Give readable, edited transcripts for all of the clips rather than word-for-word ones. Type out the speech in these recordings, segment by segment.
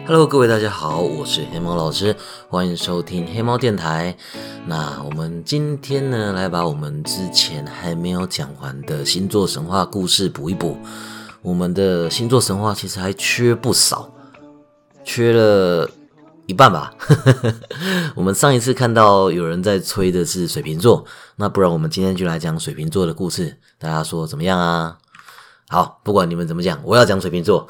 Hello， 各位大家好，我是黑猫老师，欢迎收听黑猫电台。那我们今天呢，来把我们之前还没有讲完的星座神话故事补一补。我们的星座神话其实还缺不少，缺了一半吧。我们上一次看到有人在吹的是水瓶座，那不然我们今天就来讲水瓶座的故事，大家说怎么样啊？好，不管你们怎么讲，我要讲水瓶座。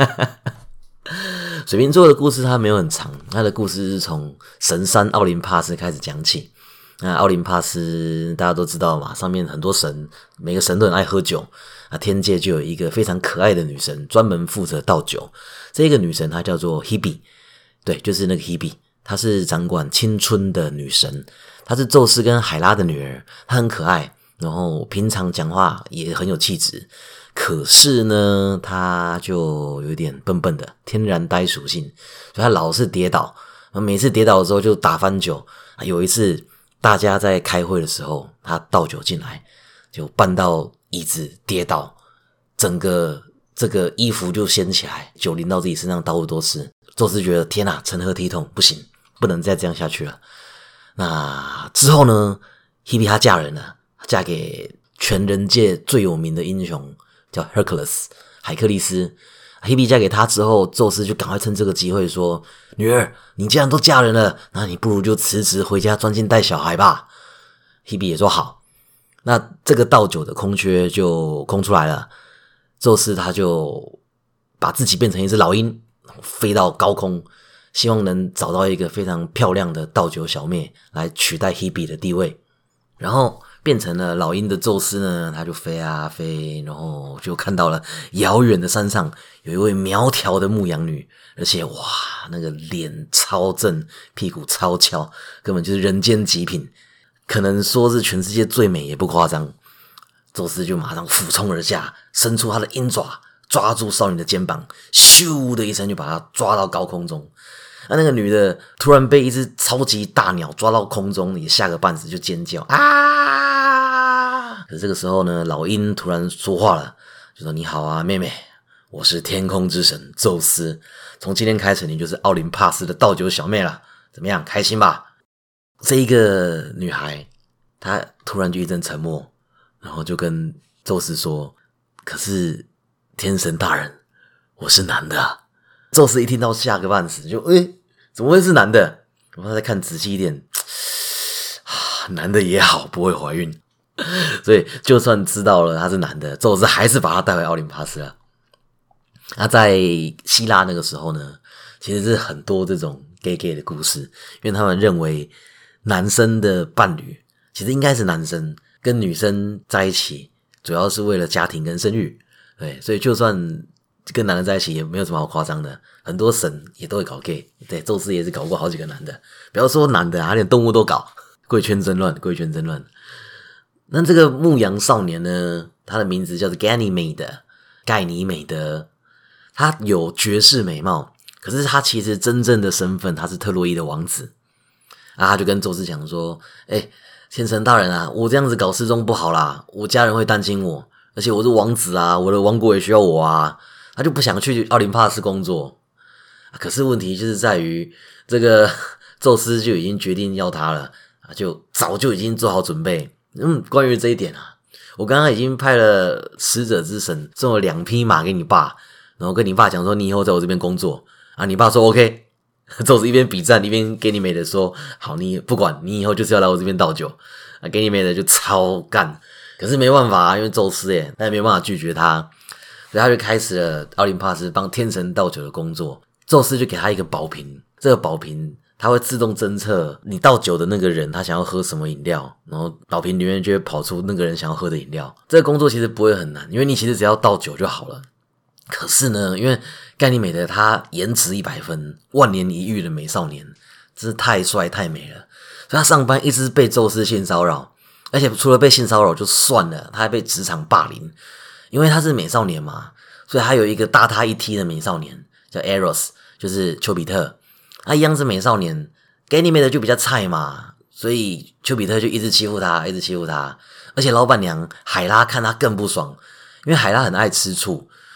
水瓶座的故事它没有很长，它的故事是从神山奥林帕斯开始讲起。那奥林帕斯大家都知道嘛，上面很多神，每个神都很爱喝酒。天界就有一个非常可爱的女神，专门负责倒酒。这个女神她叫做 Hebe， 对，就是那个 Hebe， 她是掌管青春的女神，她是宙斯跟海拉的女儿，她很可爱，然后平常讲话也很有气质。可是呢，他就有点笨笨的，天然呆属性，所以他老是跌倒，每次跌倒的时候就打翻酒。有一次大家在开会的时候，他倒酒进来，就绊到椅子跌倒，整个这个衣服就掀起来，酒淋到自己身上，到处都是。宙斯觉得天哪，成何体统，不行，不能再这样下去了。那之后呢，Hebe 她嫁人了，嫁给全人界最有名的英雄叫 Hercules 海克力斯。Hebe 嫁给他之后，宙斯就赶快趁这个机会说，女儿，你既然都嫁人了，那你不如就辞职回家专心带小孩吧。Hebe 也说好。那这个倒酒的空缺就空出来了，宙斯他就把自己变成一只老鹰，飞到高空，希望能找到一个非常漂亮的倒酒小妹来取代 Hebe 的地位。然后变成了老鹰的宙斯呢，他就飞啊飞，然后就看到了遥远的山上有一位苗条的牧羊女，而且哇，那个脸超正，屁股超翘，根本就是人间极品，可能说是全世界最美也不夸张。宙斯就马上俯冲而下，伸出他的鹰爪，抓住少女的肩膀，咻的一声就把她抓到高空中。那个女的突然被一只超级大鸟抓到空中，也吓个半死，就尖叫啊！可是这个时候呢，老鹰突然说话了，就说：“你好啊，妹妹，我是天空之神宙斯，从今天开始你就是奥林帕斯的倒酒小妹了，怎么样，开心吧？”这一个女孩她突然就一阵沉默，然后就跟宙斯说：“可是天神大人，我是男的啊。”宙斯一听到吓个半死，就怎么会是男的？然后再看仔细一点，男的也好，不会怀孕。所以就算知道了他是男的，宙斯还是把他带回奥林帕斯了。那在希腊那个时候呢，其实是很多这种 gay 的故事，因为他们认为男生的伴侣其实应该是男生跟女生在一起，主要是为了家庭跟生育。对，所以就算跟男的在一起也没有什么好夸张的，很多神也都会搞 gay， 对，宙斯也是搞过好几个男的，不要说男的啊，连动物都搞，贵圈真乱。那这个牧羊少年呢，他的名字叫做 Ganymede， 盖尼美德，他有绝世美貌，可是他其实真正的身份他是特洛伊的王子。他就跟宙斯讲说，天神大人啊，我这样子搞失踪不好啦，我家人会担心我，而且我是王子啊，我的王国也需要我啊。他就不想去奥林帕斯工作，可是问题就是在于这个宙斯就已经决定要他了，就早就已经做好准备。关于这一点啊，我刚刚已经派了使者之神送了2匹马给你爸，然后跟你爸讲说，你以后在我这边工作啊。你爸说 OK， 宙斯一边比战一边给你美的说，好，你不管，你以后就是要来我这边倒酒啊。给你美的就超干，可是没办法啊，因为宙斯他也没办法拒绝他。所以他就开始了奥林帕斯帮天神倒酒的工作。宙斯就给他一个宝瓶，这个宝瓶它会自动侦测你倒酒的那个人他想要喝什么饮料，然后宝瓶里面就会跑出那个人想要喝的饮料。这个工作其实不会很难，因为你其实只要倒酒就好了。可是呢，因为盖尼美德他颜值100分，万年一遇的美少年，真是太帅太美了，所以他上班一直被宙斯性骚扰，而且除了被性骚扰就算了，他还被职场霸凌。因为他是美少年嘛，所以还有一个大他一梯的美少年叫 Eros， 就是丘比特。他一样是美少年，给你美的就比较菜嘛，所以丘比特就一直欺负他。而且老板娘海拉看他更不爽，因为海拉很爱吃醋，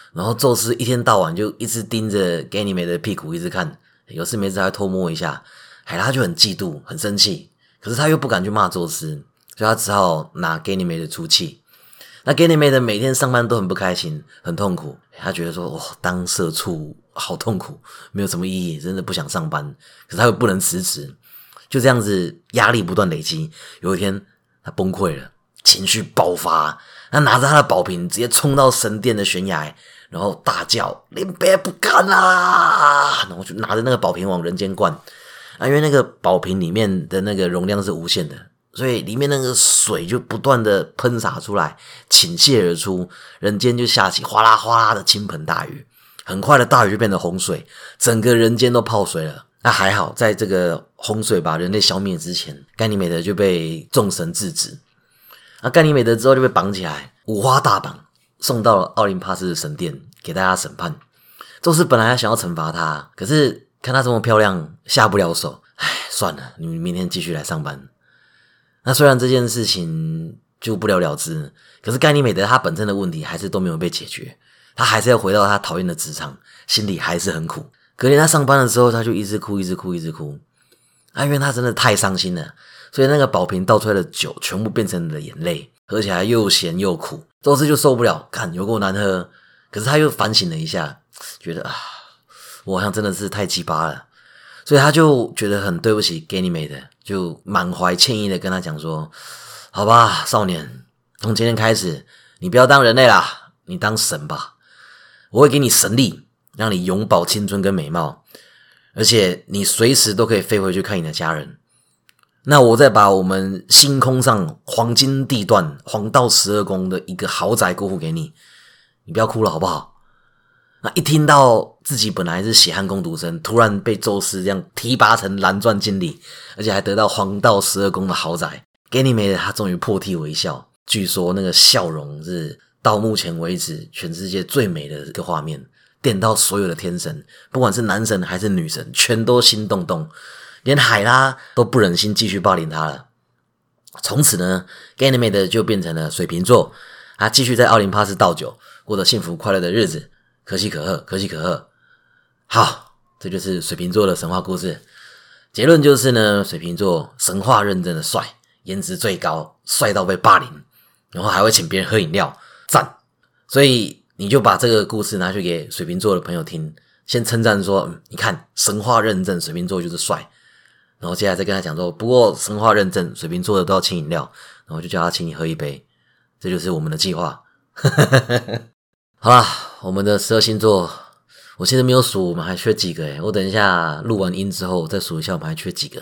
然后宙斯一天到晚就一直盯着 Ganymede 的屁股一直看，有事没事还会偷摸一下。海拉就很嫉妒很生气，可是他又不敢去骂宙斯，所以他只好拿 Ganymede 出气。那 Ganymede 每天上班都很不开心很痛苦，他觉得说当社畜好痛苦，没有什么意义，真的不想上班，可是他又不能辞职，就这样子压力不断累积。有一天他崩溃了，情绪爆发，他拿着他的宝瓶直接冲到神殿的悬崖，然后大叫林北不干啦，然后就拿着那个宝瓶往人间灌因为那个宝瓶里面的那个容量是无限的，所以里面那个水就不断的喷洒出来，倾泻而出，人间就下起哗啦哗啦的倾盆大雨。很快的大雨就变成洪水，整个人间都泡水了。那还好，在这个洪水把人类消灭之前，甘尼美德就被众神制止。那甘尼美德之后就被绑起来，五花大绑，送到了奥林帕斯的神殿给大家审判。宙斯本来想要惩罚他，可是看她这么漂亮，下不了手。算了，你们明天继续来上班。那虽然这件事情就不了了之，可是甘尼美德他本身的问题还是都没有被解决，他还是要回到他讨厌的职场，心里还是很苦。隔天他上班的时候，他就一直哭，因为他真的太伤心了，所以那个宝瓶倒出来的酒全部变成了眼泪，喝起来又咸又苦。宙斯就受不了，看有够难喝，可是他又反省了一下，觉得我好像真的是太鸡巴了，所以他就觉得很对不起 Ganymede， 就满怀歉意的跟他讲说，好吧少年，从今天开始你不要当人类啦，你当神吧，我会给你神力，让你永葆青春跟美貌，而且你随时都可以飞回去看你的家人。那我再把我们星空上黄金地段黄道12宫的一个豪宅过户给你，你不要哭了好不好？那一听到自己本来是血汗工读生，突然被宙斯这样提拔成蓝钻经理，而且还得到黄道12宫的豪宅，Ganymede他终于破涕为笑，据说那个笑容是到目前为止全世界最美的一个画面，电到所有的天神，不管是男神还是女神，全都心动动，连海拉都不忍心继续霸凌他了。从此呢 Ganymede 就变成了水瓶座，他继续在奥林帕斯倒酒，过着幸福快乐的日子，可喜可贺，可喜可贺。好，这就是水瓶座的神话故事。结论就是呢，水瓶座神话认证的帅，颜值最高，帅到被霸凌，然后还会请别人喝饮料，赞。所以你就把这个故事拿去给水瓶座的朋友听，先称赞说，你看神话认证水瓶座就是帅，然后接下来再跟他讲说，不过神话认证水瓶座的都要请饮料，然后就叫他请你喝一杯，这就是我们的计划。好啦，我们的12星座我其实没有数我们还缺几个我等一下录完音之后再数一下我们还缺几个。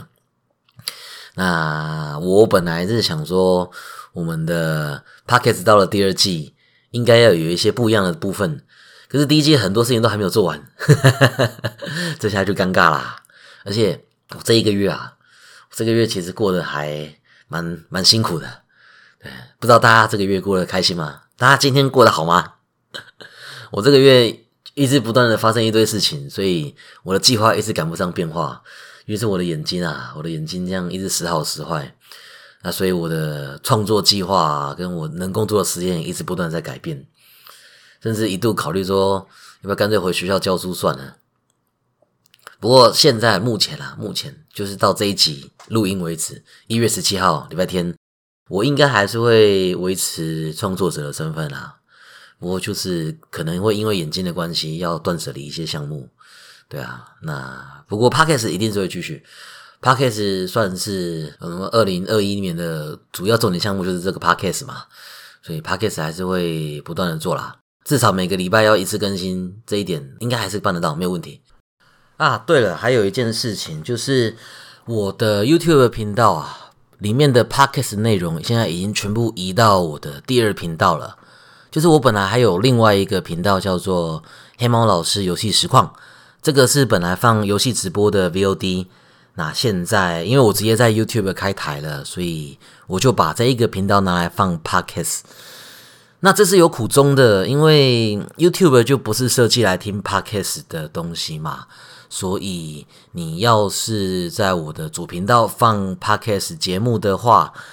那我本来是想说我们的 Podcast 到了第2季应该要有一些不一样的部分，可是第1季很多事情都还没有做完这下就尴尬啦。而且我这个月其实过得还蛮辛苦的，对，不知道大家这个月过得开心吗？大家今天过得好吗？我这个月一直不断的发生一堆事情，所以我的计划一直赶不上变化，因为是我的眼睛这样一直时好时坏，那所以我的创作计划跟我能工作的时间一直不断在改变，甚至一度考虑说要不要干脆回学校教书算了。不过现在目前就是到这一集录音为止，1月17号礼拜天，我应该还是会维持创作者的身份啦。不过就是可能会因为眼睛的关系要断舍离一些项目，对啊。那不过 Podcast 一定是会继续， Podcast 算是2021年的主要重点项目就是这个 Podcast 嘛，所以 Podcast 还是会不断的做啦，至少每个礼拜要一次更新，这一点应该还是办得到，没有问题啊。对了，还有一件事情就是我的 YouTube 频道里面的 Podcast 内容现在已经全部移到我的第2频道了，就是我本来还有另外一个频道叫做黑猫老师游戏实况，这个是本来放游戏直播的 VOD， 那现在因为我直接在 YouTube 开台了，所以我就把这一个频道拿来放 Podcast。 那这是有苦衷的，因为 YouTube 就不是设计来听 Podcast 的东西嘛，所以你要是在我的主频道放 Podcast 节目的话，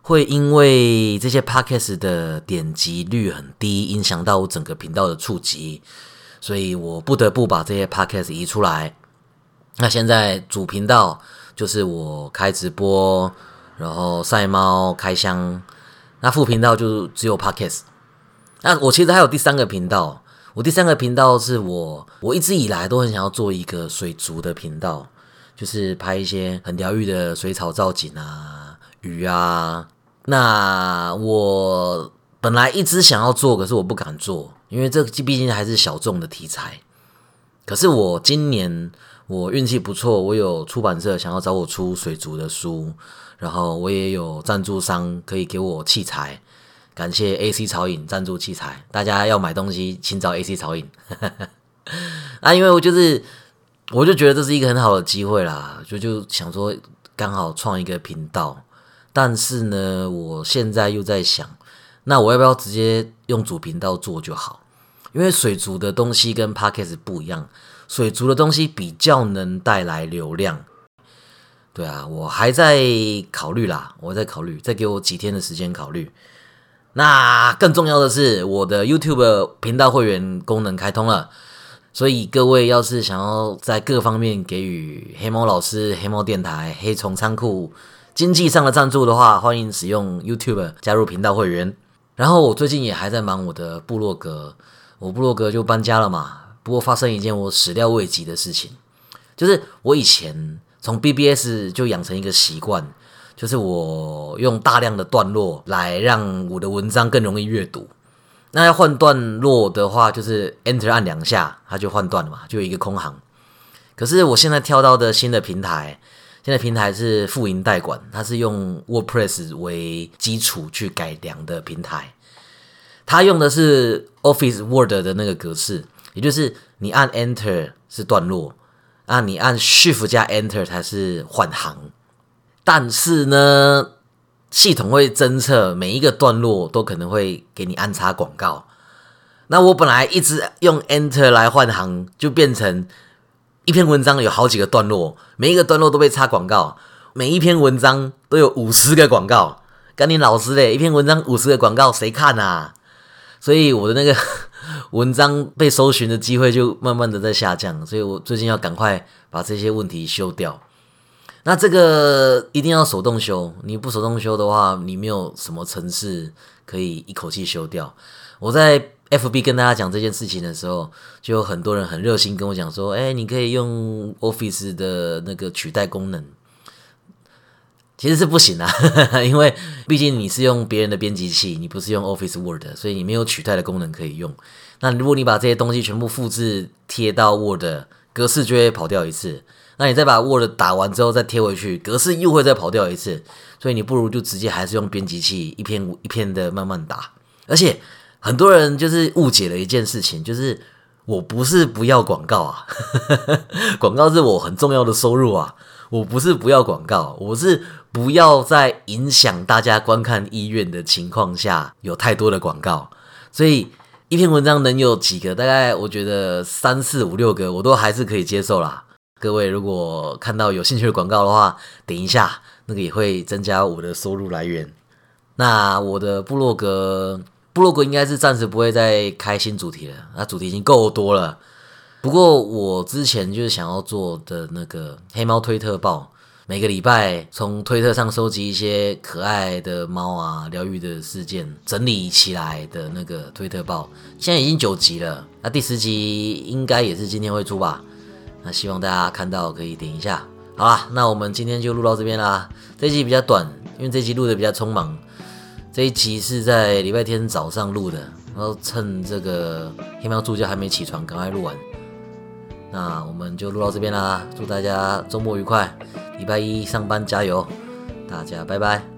会因为这些 podcast 的点击率很低，影响到我整个频道的触及，所以我不得不把这些 podcast 移出来。那现在主频道就是我开直播，然后晒猫开箱，那副频道就只有 podcast。那我其实还有第三个频道，我第三个频道是我一直以来都很想要做一个水族的频道，就是拍一些很疗愈的水草造景啊、鱼啊。那我本来一直想要做，可是我不敢做，因为这毕竟还是小众的题材。可是我今年我运气不错，我有出版社想要找我出水族的书，然后我也有赞助商可以给我器材，感谢 AC 草饮赞助器材，大家要买东西请找 AC 草饮。因为我就觉得这是一个很好的机会啦，就想说刚好创一个频道，但是呢，我现在又在想，那我要不要直接用主频道做就好？因为水族的东西跟 Podcast 不一样，水族的东西比较能带来流量。对啊，我还在考虑啦，再给我几天的时间考虑。那更重要的是，我的 YouTube 频道会员功能开通了，所以各位要是想要在各方面给予黑猫老师、黑猫电台、黑虫仓库经济上的赞助的话，欢迎使用 YouTube 加入频道会员。然后我最近也还在忙我的部落格，我部落格就搬家了嘛。不过发生一件我始料未及的事情，就是我以前从 BBS 就养成一个习惯，就是我用大量的段落来让我的文章更容易阅读。那要换段落的话，就是 Enter 按2下，它就换段了嘛，就有一个空行。可是我现在跳到的新的平台，是副营代管，它是用 WordPress 为基础去改良的平台。它用的是 Office Word 的那个格式，也就是你按 Enter 是段落，你按 Shift 加 Enter 才是换行。但是呢，系统会侦测每一个段落都可能会给你安插广告。那我本来一直用 Enter 来换行，就变成一篇文章有好几个段落，每一个段落都被插广告，每一篇文章都有50个广告。干你老师嘞，一篇文章50个广告，谁看啊？所以我的那个文章被搜寻的机会就慢慢的在下降，所以我最近要赶快把这些问题修掉。那这个一定要手动修，你不手动修的话，你没有什么程式可以一口气修掉。我在 FB 跟大家讲这件事情的时候，就有很多人很热心跟我讲说，你可以用 Office 的那个取代功能。其实是不行啊，因为毕竟你是用别人的编辑器，你不是用 Office Word， 所以你没有取代的功能可以用。那如果你把这些东西全部复制贴到 Word， 格式就会跑掉一次。那你再把 Word 打完之后再贴回去，格式又会再跑掉一次。所以你不如就直接还是用编辑器一篇一篇的慢慢打。而且很多人就是误解了一件事情，就是我不是不要广告啊，广告是我很重要的收入啊。我不是不要广告，我是不要在影响大家观看意愿的情况下有太多的广告。所以一篇文章能有几个，大概我觉得3、4、5、6个我都还是可以接受啦。各位如果看到有兴趣的广告的话，点一下，那个也会增加我的收入来源。那我的部落格应该是暂时不会再开新主题了，那主题已经够多了。不过我之前就是想要做的那个黑猫推特报，每个礼拜从推特上收集一些可爱的猫啊、疗愈的事件，整理起来的那个推特报，现在已经9集了，那第10集应该也是今天会出吧？那希望大家看到可以点一下。好啦，那我们今天就录到这边啦。这一集比较短，因为这一集录的比较匆忙。这一集是在礼拜天早上录的，然后趁这个黑猫助教还没起床，赶快录完。那我们就录到这边啦，祝大家周末愉快，礼拜一上班加油，大家拜拜。